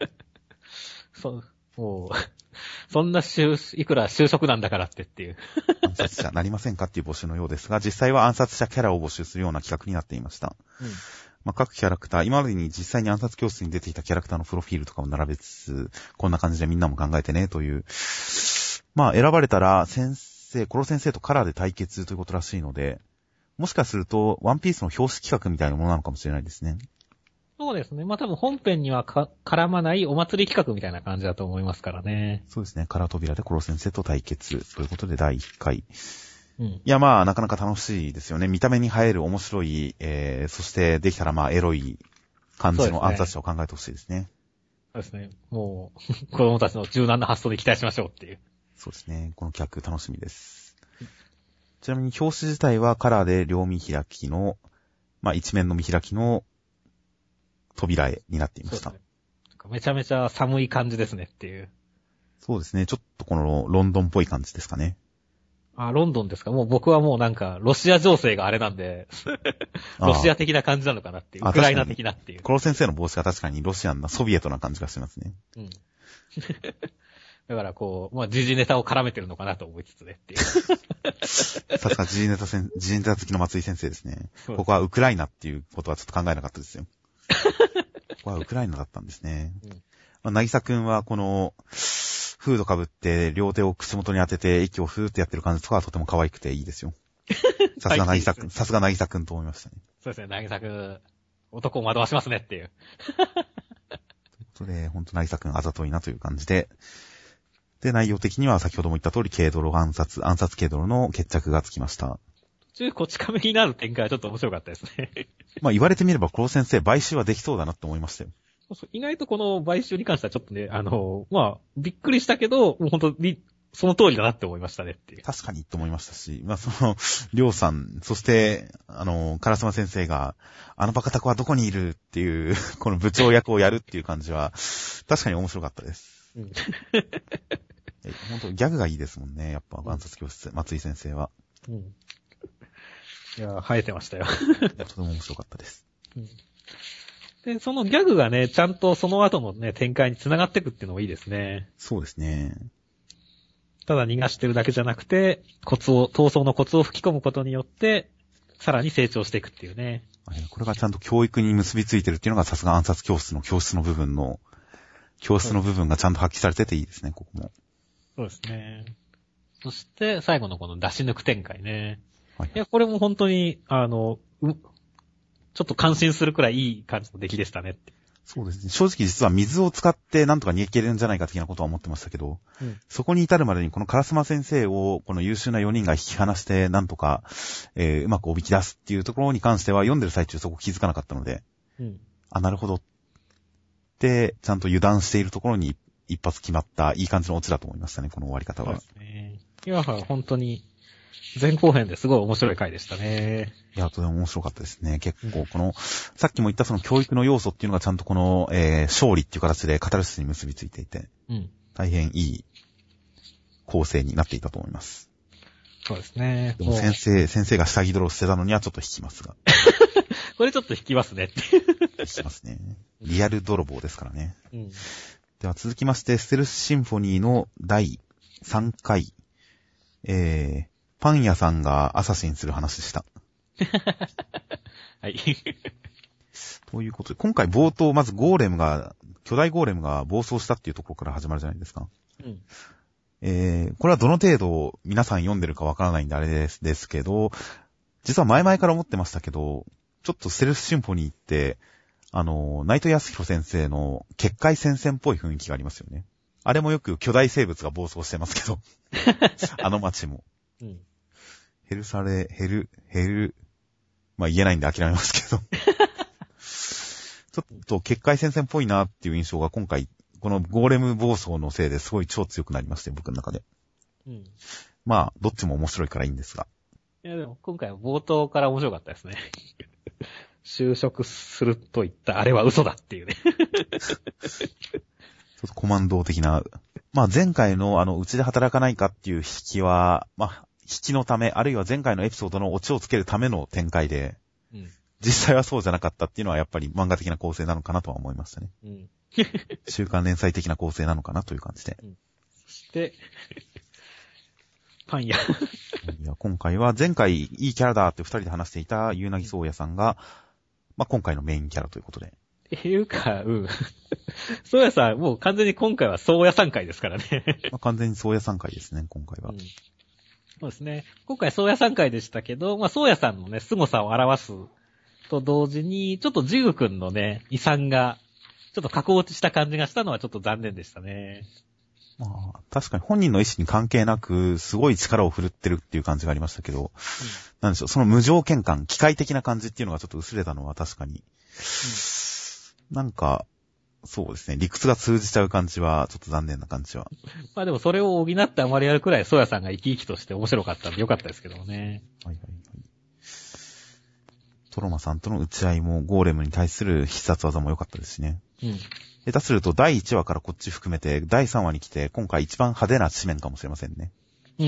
もう、そんないくら就職なんだからっていう。 暗殺者なりませんかっていう募集のようですが、実際は暗殺者キャラを募集するような企画になっていました。各キャラクター、今までに実際に暗殺教室に出ていたキャラクターのプロフィールとかを並べつつ、こんな感じでみんなも考えてね、という。選ばれたらコロ先生とカラーで対決ということらしいので、もしかすると、ワンピースの表紙企画みたいなものなのかもしれないですね。 そうですね。多分本編には絡まないお祭り企画みたいな感じだと思いますからね。 そうですね。カラー扉でコロ先生と対決ということで第1回。 いや、なかなか楽しいですよね。見た目に映える面白い、そしてできたらエロい感じの暗殺者を考えてほしいですね。 そうですね。もう、子供たちの柔軟な発想で期待しましょうっていう。 そうですね。この企画楽しみです。ちなみに表紙自体はカラーで両見開きの、一面の見開きの扉絵になっていました。 めちゃめちゃ寒い感じですねっていう。 そうですね。ちょっとこのロンドンっぽい感じですかね。 ロンドンですか。もう僕はもうなんか、ロシア情勢があれなんで、ロシア的な感じなのかなっていう。ウクライナ的なっていう。 コロ先生の帽子が確かにロシアンなソビエトな感じがしますね。 だから時事ネタを絡めてるのかなと思いつつねっていう。 さすが時事ネタ好きの松井先生ですね。ここはウクライナっていうことはちょっと考えなかったですよ。ここはウクライナだったんですね。なぎさくんはこの、フード被って両手を口元に当てて息をふーってやってる感じとかはとても可愛くていいですよ。さすがなぎさくんと思いましたね。 そうですね、なぎさくん、男を惑わしますねっていう。 ということで、ほんとなぎさくんあざといなという感じで、内容的には先ほども言った通り、軽泥暗殺軽泥の決着がつきました。 途中こち亀になる展開はちょっと面白かったですね。 言われてみれば、コロ先生、買収はできそうだなって思いましたよ。 意外とこの買収に関してはちょっとね、びっくりしたけど、もう本当に、その通りだなって思いましたねっていう。 確かにと思いましたし、りょうさん、そして、カラスマ先生が、バカタコはどこにいるっていう、この部長役をやるっていう感じは、確かに面白かったです。本当ギャグがいいですもんね、やっぱ、暗殺教室、松井先生は。 いや、生えてましたよ。 とても面白かったです。 で、そのギャグがね、ちゃんとその後のね、展開に繋がっていくっていうのもいいですね。 そうですね。 ただ逃がしてるだけじゃなくて、逃走のコツを吹き込むことによって、さらに成長していくっていうね。 これがちゃんと教育に結びついてるっていうのがさすが暗殺教室の教室の部分がちゃんと発揮されてていいですね、ここも。 そうですね。そして、最後のこの出し抜く展開ね。いや、これも本当に、ちょっと感心するくらいいい感じの出来でしたねって。 そうですね。正直実は水を使ってなんとか逃げ切れるんじゃないか的なことは思ってましたけど、そこに至るまでにこのカラスマ先生をこの優秀な4人が引き離してなんとか、うまくおびき出すっていうところに関しては読んでる最中そこ気づかなかったので、なるほどってちゃんと油断しているところに一発決まったいい感じのオチだと思いましたね、この終わり方は。そうですね。 いや、本当に前後編ですごい面白い回でしたね。 いや、とても面白かったですね。結構この、さっきも言ったその教育の要素っていうのがちゃんとこの、勝利っていう形でカタルシスに結びついていて、大変いい構成になっていたと思います。 そうですね。 でも先生が下着泥を捨てたのにはちょっと引きますが。 これちょっと引きますねって。 引きますね。リアル泥棒ですからね。では続きまして、ステルスシンフォニーの第3回、パン屋さんがアサシンする話でした。 はい。 ということで、今回冒頭、まず巨大ゴーレムが暴走したっていうところから始まるじゃないですか。これはどの程度皆さん読んでるかわからないんであれですけど、実は前々から思ってましたけど、ちょっとステルスシンフォニーって、内藤康弘先生の結界戦線っぽい雰囲気がありますよね。あれもよく巨大生物が暴走してますけど、街も。言えないんで諦めますけど。ちょっちょっと結界戦線っぽいなっていう印象が今回、このゴーレム暴走のせいですごい超強くなりまして、僕の中で。 うん。 まあ、どっちも面白いからいいんですが。 いやでも今回は冒頭から面白かったですね。就職すると言ったあれは嘘だっていうね。 ちょっとコマンド的な。まあ前回のうちで働かないかっていう引きは、まあ、引きのため、あるいは前回のエピソードのオチをつけるための展開で、うん、実際はそうじゃなかったっていうのはやっぱり漫画的な構成なのかなとは思いましたね。うん、週刊連載的な構成なのかなという感じで。うん、 そして、パン屋。 いや今回は前回いいキャラだって二人で話していたゆうなぎそうやさんが、まあ今回のメインキャラということで。 いうか、うん。そうやさん、もう完全に今回はそうやさん会ですからね。 まあ、完全にそうやさん会ですね、今回は。うん、 そうですね。今回そうやさん会でしたけど、まあそうやさんのね、凄さを表すと同時に、ちょっとジグ君のね、遺産が、ちょっと格落ちした感じがしたのはちょっと残念でしたね。 まあ、確かに本人の意思に関係なく、すごい力を振るってるっていう感じがありましたけど、うん、なんでしょう、その無条件感、機械的な感じっていうのがちょっと薄れたのは確かに、なんか、そうですね、理屈が通じちゃう感じは、ちょっと残念な感じは。 まあでもそれを補ってあまりやるくらい、ソヤさんが生き生きとして面白かったんでよかったですけどもね。はいはいはい。 トロマさんとの打ち合いも、ゴーレムに対する必殺技も良かったですしね。うん。下手すると第1話からこっち含めて第3話に来て今回一番派手な紙面かもしれませんね。 うん。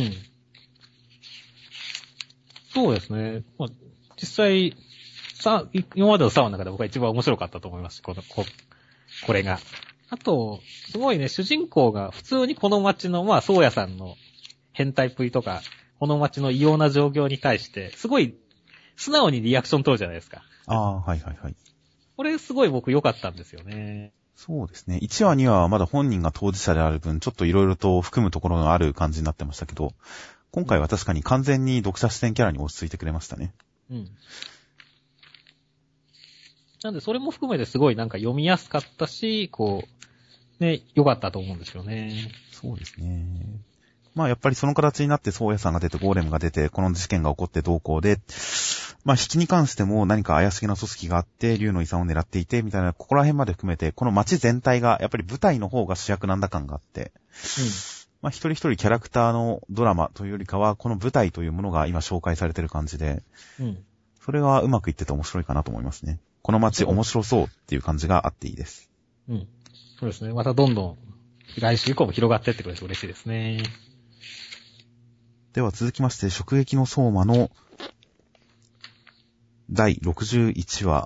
そうですね。まあ、実際、今までの3話の中で僕は一番面白かったと思います。これが。あと、すごいね、主人公が普通にこの街の、まあ、宗谷さんの変態っぷりとか、この街の異様な状況に対して、すごい素直にリアクション取るじゃないですか。 ああ、はいはいはい。 これすごい僕良かったんですよね。 そうですね。1話にはまだ本人が当事者である分、ちょっといろいろと含むところがある感じになってましたけど、今回は確かに完全に読者視点キャラに落ち着いてくれましたね。うん。 なんでそれも含めてすごいなんか読みやすかったし、こう、ね、良かったと思うんですよね。 そうですね。まあやっぱりその形になって宗谷さんが出て、ゴーレムが出て、この事件が起こって同行で、まあ引きに関しても何か怪しげな組織があって、竜の遺産を狙っていて、みたいな、ここら辺まで含めて、この街全体が、やっぱり舞台の方が主役なんだ感があって、うん。まあ一人一人キャラクターのドラマというよりかは、この舞台というものが今紹介されてる感じで、うん。それがうまくいってて面白いかなと思いますね。この街面白そうっていう感じがあっていいです。 うん。そうですね。またどんどん、来週以降も広がってってくれて嬉しいですね。 では続きまして、直撃の相馬の第61話、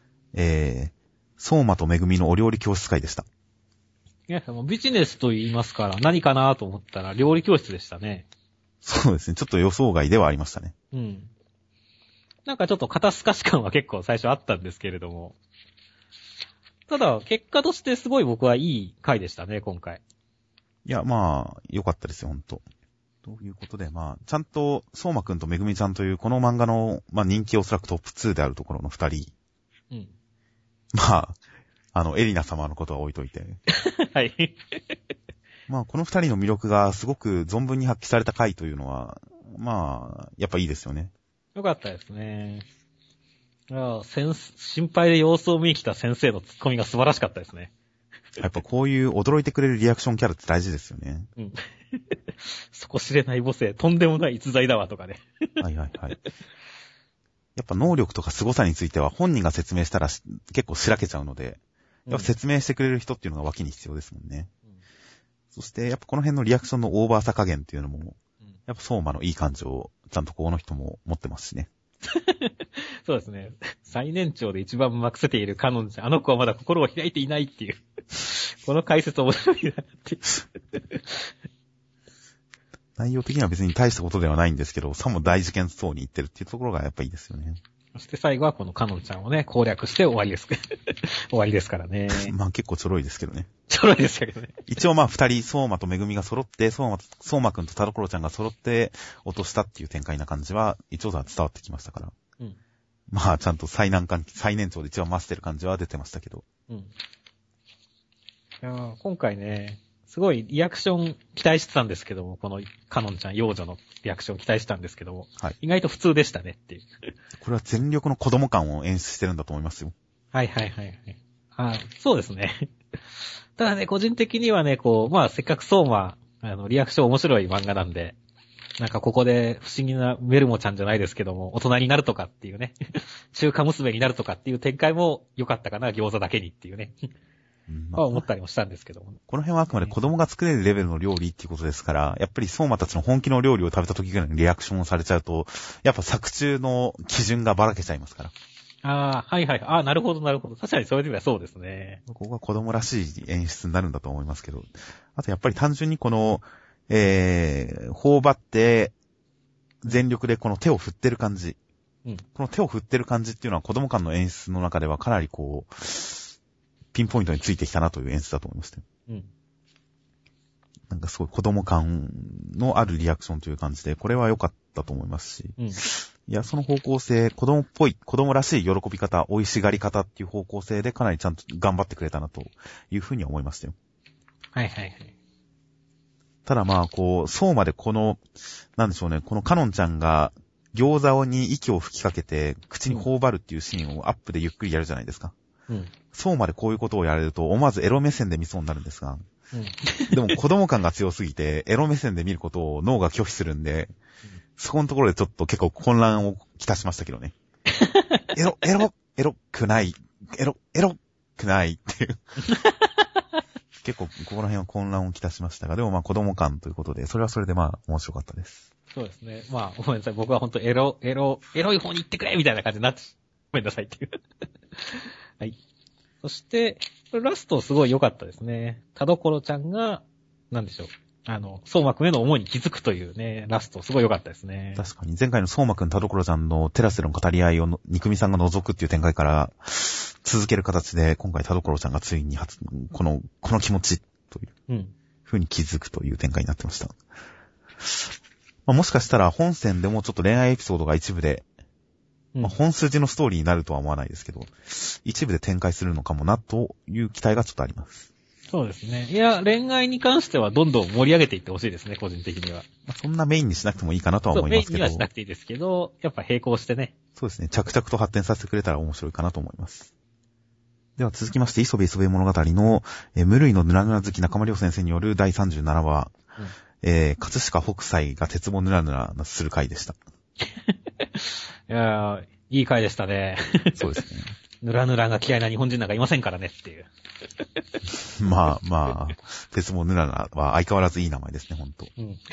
相馬とめぐみのお料理教室会でした。 いや、もうビジネスと言いますから何かなと思ったら料理教室でしたね。 そうですね。ちょっと予想外ではありましたね。 うん。なんかちょっと肩透かし感は結構最初あったんですけれども。ただ、結果としてすごい僕はいい回でしたね、今回。 いや、まあ、良かったですよ、ほんと。ということで、まあ、ちゃんと、相馬くんとめぐみちゃんというこの漫画の、まあ人気おそらくトップ2であるところの二人。うん。まあ、エリナ様のことは置いといて。はい。まあ、この二人の魅力がすごく存分に発揮された回というのは、まあ、やっぱいいですよね。 よかったですね。心配で様子を見に来た先生のツッコミが素晴らしかったですね。 やっぱこういう驚いてくれるリアクションキャラって大事ですよね。うん。 底知れない母性、とんでもない逸材だわとかね。 はいはいはい。やっぱ能力とか凄さについては本人が説明したら結構しらけちゃうので、やっぱ説明してくれる人っていうのが脇に必要ですもんね。うん、そしてやっぱこの辺のリアクションのオーバーさ加減っていうのも、やっぱ相馬のいい感情をちゃんとこの人も持ってますしね。 そうですね。最年長で一番まくせているカノンちゃん。あの子はまだ心を開いていないっていう。この解説面白いなっていう。 内容的には別に大したことではないんですけど、さも大事件そうに言ってるっていうところがやっぱいいですよね。 そして最後はこのカノンちゃんをね、攻略して終わりです。終わりですからね。 まあ結構ちょろいですけどね。 ちょろいですけどね。 一応まあ二人、相馬とめぐみが揃って、相馬くんと田所ちゃんが揃って落としたっていう展開な感じは、一応伝わってきましたから。うん。まあちゃんと最年長で一番増してる感じは出てましたけど。うん。いや今回ね、すごいリアクション期待してたんですけども、このカノンちゃん幼女のリアクション期待したんですけども、はい、意外と普通でしたねっていう。 これは全力の子供感を演出してるんだと思いますよ。 はいはいはいはい。 そうですね。ただね、個人的にはね、まあ、せっかく相馬、リアクション面白い漫画なんで、なんかここで不思議なメルモちゃんじゃないですけども、大人になるとかっていうね、中華娘になるとかっていう展開も良かったかな、餃子だけにっていうね。思ったりもしたんですけども。 この辺はあくまで子供が作れるレベルの料理っていうことですから、やっぱり相馬たちの本気の料理を食べた時ぐらいのリアクションをされちゃうと、やっぱ作中の基準がばらけちゃいますから。 はいはい。なるほどなるほど。確かにそういう意味ではそうですね。 ここが子供らしい演出になるんだと思いますけど。あとやっぱり単純にこの、頬張って、全力でこの手を振ってる感じ。この手を振ってる感じっていうのは子供間の演出の中ではかなりピンポイントについてきたなという演出だと思いました。なんかすごい子供感のあるリアクションという感じで、これは良かったと思いますし、いや、その方向性、子供っぽい、子供らしい喜び方、美味しがり方っていう方向性でかなりちゃんと頑張ってくれたなというふうには思いましたよ。 はいはいはい。 ただまあ、相馬でなんでしょうね、このカノンちゃんが餃子に息を吹きかけて口に頬張るっていうシーンをアップでゆっくりやるじゃないですか。相馬でこういうことをやれると思わずエロ目線で見そうになるんですが、でも子供感が強すぎてエロ目線で見ることを脳が拒否するんで、そこのところでちょっと結構混乱をきたしましたけどね。エロくないっていう結構ここら辺は混乱をきたしましたが、でもまあ子供感ということで、それはそれでまあ面白かったです。 そうですね。まあごめんなさい。僕は本当エロい方に行ってくれみたいな感じになって、ごめんなさいっていう。はい。そして、ラストすごい良かったですね。田所ちゃんが、なんでしょう。相馬くんへの思いに気づくというね、ラストすごい良かったですね。 確かに前回の相馬くん田所ちゃんのテラスでの語り合いを憎みさんが覗くっていう展開から続ける形で、今回田所ちゃんがついにこの気持ちという風に気づくという展開になってました。まあ、もしかしたら本編でもちょっと恋愛エピソードが一部で、まあ、本筋のストーリーになるとは思わないですけど、一部で展開するのかもなという期待がちょっとあります。 そうですね。いや、恋愛に関してはどんどん盛り上げていってほしいですね、個人的には。 まあ、そんなメインにしなくてもいいかなとは思いますけど。 メインにはしなくていいですけど、やっぱ並行してね。 そうですね。着々と発展させてくれたら面白いかなと思います。では続きまして、磯部磯部物語の、無類のぬらぬら好き中間良先生による第37話、葛飾北斎が鉄棒ぬらぬらする回でした。 いやー、いい回でしたね。 そうですね。 ぬらぬらが嫌いな日本人なんかいませんからねっていう。 まあ、鉄棒ぬらぬらは相変わらずいい名前ですね、ほんと。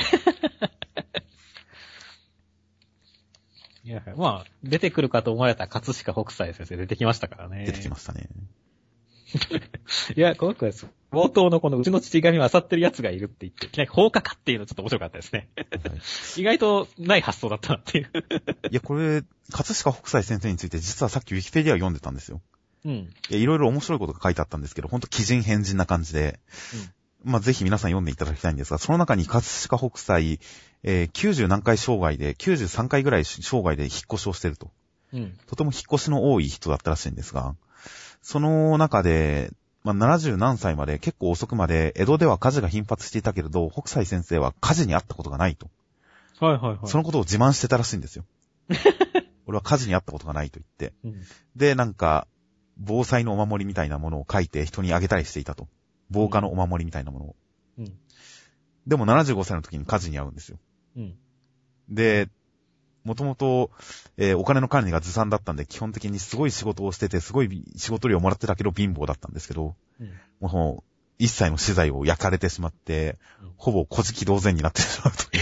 いや、まあ、出てくるかと思われた葛飾北斎先生出てきましたからね。 出てきましたね。 いや、この子です。冒頭のこのうちの父神を漁ってる奴がいるって言って、いきなり放火かっていうのちょっと面白かったですね。意外とない発想だったなっていう。 いや、これ、葛飾北斎先生について実はさっきウィキペディアを読んでたんですよ。いろいろ面白いことが書いてあったんですけど、ほんと奇人変人な感じで、まあ、ぜひ皆さん読んでいただきたいんですが、その中に葛飾北斎、90何回生涯で、93回ぐらい生涯で引っ越しをしてると。とても引っ越しの多い人だったらしいんですが、その中で、まあ、70何歳まで結構遅くまで江戸では火事が頻発していたけれど、北斎先生は火事に遭ったことがないと。そのことを自慢してたらしいんですよ。俺は火事に遭ったことがないと言って。で、なんか、防災のお守りみたいなものを書いて人にあげたりしていたと。防火のお守りみたいなものを。でも75歳の時に火事に遭うんですよ。で、もともと、お金の管理がずさんだったんで、基本的にすごい仕事をしてて、すごい仕事量をもらってたけど貧乏だったんですけど、もう一切の資材を焼かれてしまって、ほぼ小じ同然になってしまうという。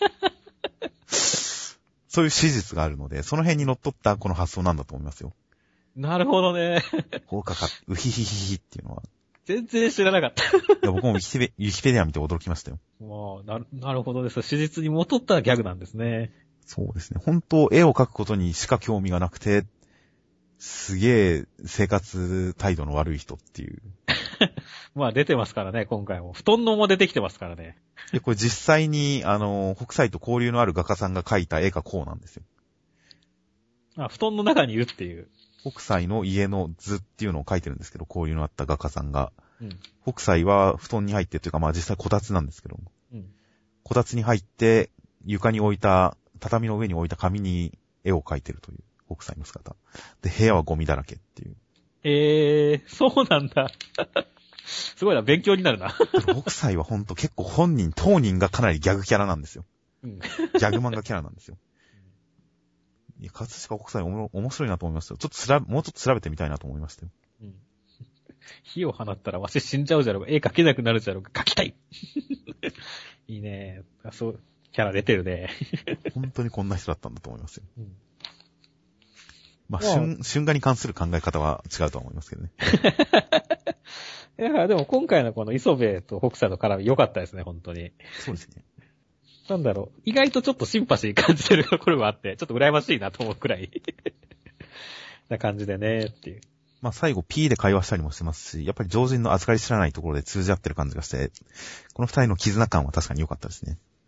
そういう史実があるので、その辺に乗っ取ったこの発想なんだと思いますよ。 なるほどね。 放火か、うひひひひっていうのは。 全然知らなかった。いや僕もウィキペディア見て驚きましたよ。 なるほどです。史実に基づったギャグなんですね。 そうですね。本当、絵を描くことにしか興味がなくて、すげえ生活態度の悪い人っていう。 まあ出てますからね、今回も。布団のも出てきてますからね。 で、これ実際に、北斎と交流のある画家さんが描いた絵がこうなんですよ。 布団の中にいるっていう。 北斎の家の図っていうのを描いてるんですけど、交流のあった画家さんが。北斎は布団に入ってというか、まあ実際こたつなんですけども。こたつに入って、床に置いた、畳の上に置いた紙に絵を描いてるという北斎の姿。で、部屋はゴミだらけっていう。 そうなんだ。すごいな、勉強になるな。 北斎はほんと結構当人がかなりギャグキャラなんですよ。 うん。 ギャグ漫画キャラなんですよ。いや、葛飾北斎面白いなと思いましたよ。もうちょっと調べてみたいなと思いましたよ。 うん。火を放ったらわし死んじゃうじゃろうが、絵描けなくなるじゃろうが、描きたいいいね。そう、キャラ出てるね。 本当にこんな人だったんだと思いますよ。 うん、 まあ、春画に関する考え方は違うとは思いますけどね。 いや、でも今回のこの磯部と北斎の絡み良かったですね、本当に。 そうですね。 なんだろう。意外とちょっとシンパシー感じてるところもあって、ちょっと羨ましいなと思うくらいな感じでね、っていう。 まあ最後 P で会話したりもしてますし、やっぱり常人の預かり知らないところで通じ合ってる感じがして、この二人の絆感は確かに良かったですね。 うん。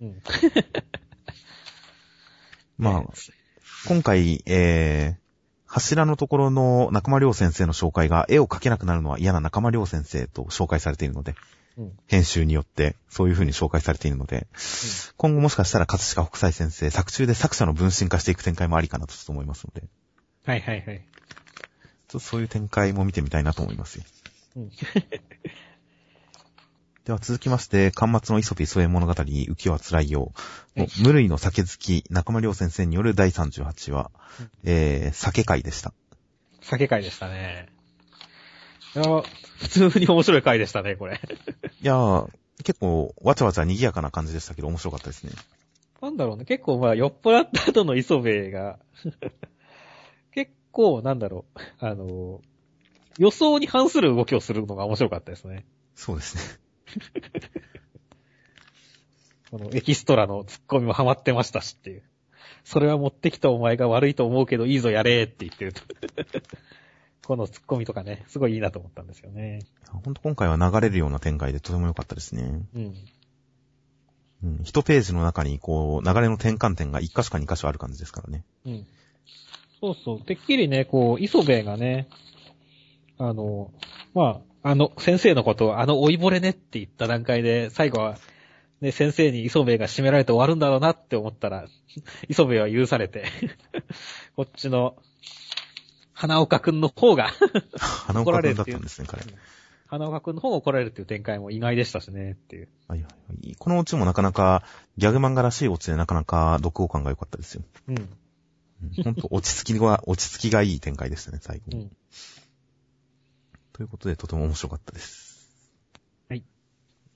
まあ、今回、柱のところの中間良先生の紹介が絵を描けなくなるのは嫌な中間良先生と紹介されているので、 うん、 編集によってそういう風に紹介されているので、今後もしかしたら葛飾北斎先生、作中で作者の分身化していく展開もありかなとちょっと思いますので。 はいはいはい。 ちょっとそういう展開も見てみたいなと思いますよ。 うん、 では続きまして、巻末の磯部磯江物語、浮世は辛いよの無類の酒好き、中間良先生による第38話、酒会でした。 酒会でしたね。いや、普通に面白い回でしたね、これ。 いやー、結構わちゃわちゃ賑やかな感じでしたけど面白かったですね。 なんだろうね、結構まあ酔っ払った後の磯部が、結構なんだろう、予想に反する動きをするのが面白かったですね。 そうですね。 このエキストラのツッコミもハマってましたしっていう。それは持ってきたお前が悪いと思うけどいいぞやれって言ってると。このツッコミとかね、すごいいいなと思ったんですよね。 ほんと今回は流れるような展開でとても良かったですね。 うん。 一ページの中にこう流れの転換点が一箇所か二箇所ある感じですからね。 うん。そうそう。てっきりね、こう、磯部がね、まあ、先生のことを老いぼれねって言った段階で、最後は、ね、先生に磯部が締められて終わるんだろうなって思ったら、磯部は許されて、こっちの、花岡くんの方が花岡くんだったんですね、彼。 花岡くんの方が怒られるっていう展開も意外でしたしね、っていう。 はいはいはい。このオチもなかなか、ギャグ漫画らしいオチでなかなか読後感が良かったですよ。 うん。 ほんと落ち着きがいい展開でしたね、最後。ということでとても面白かったです。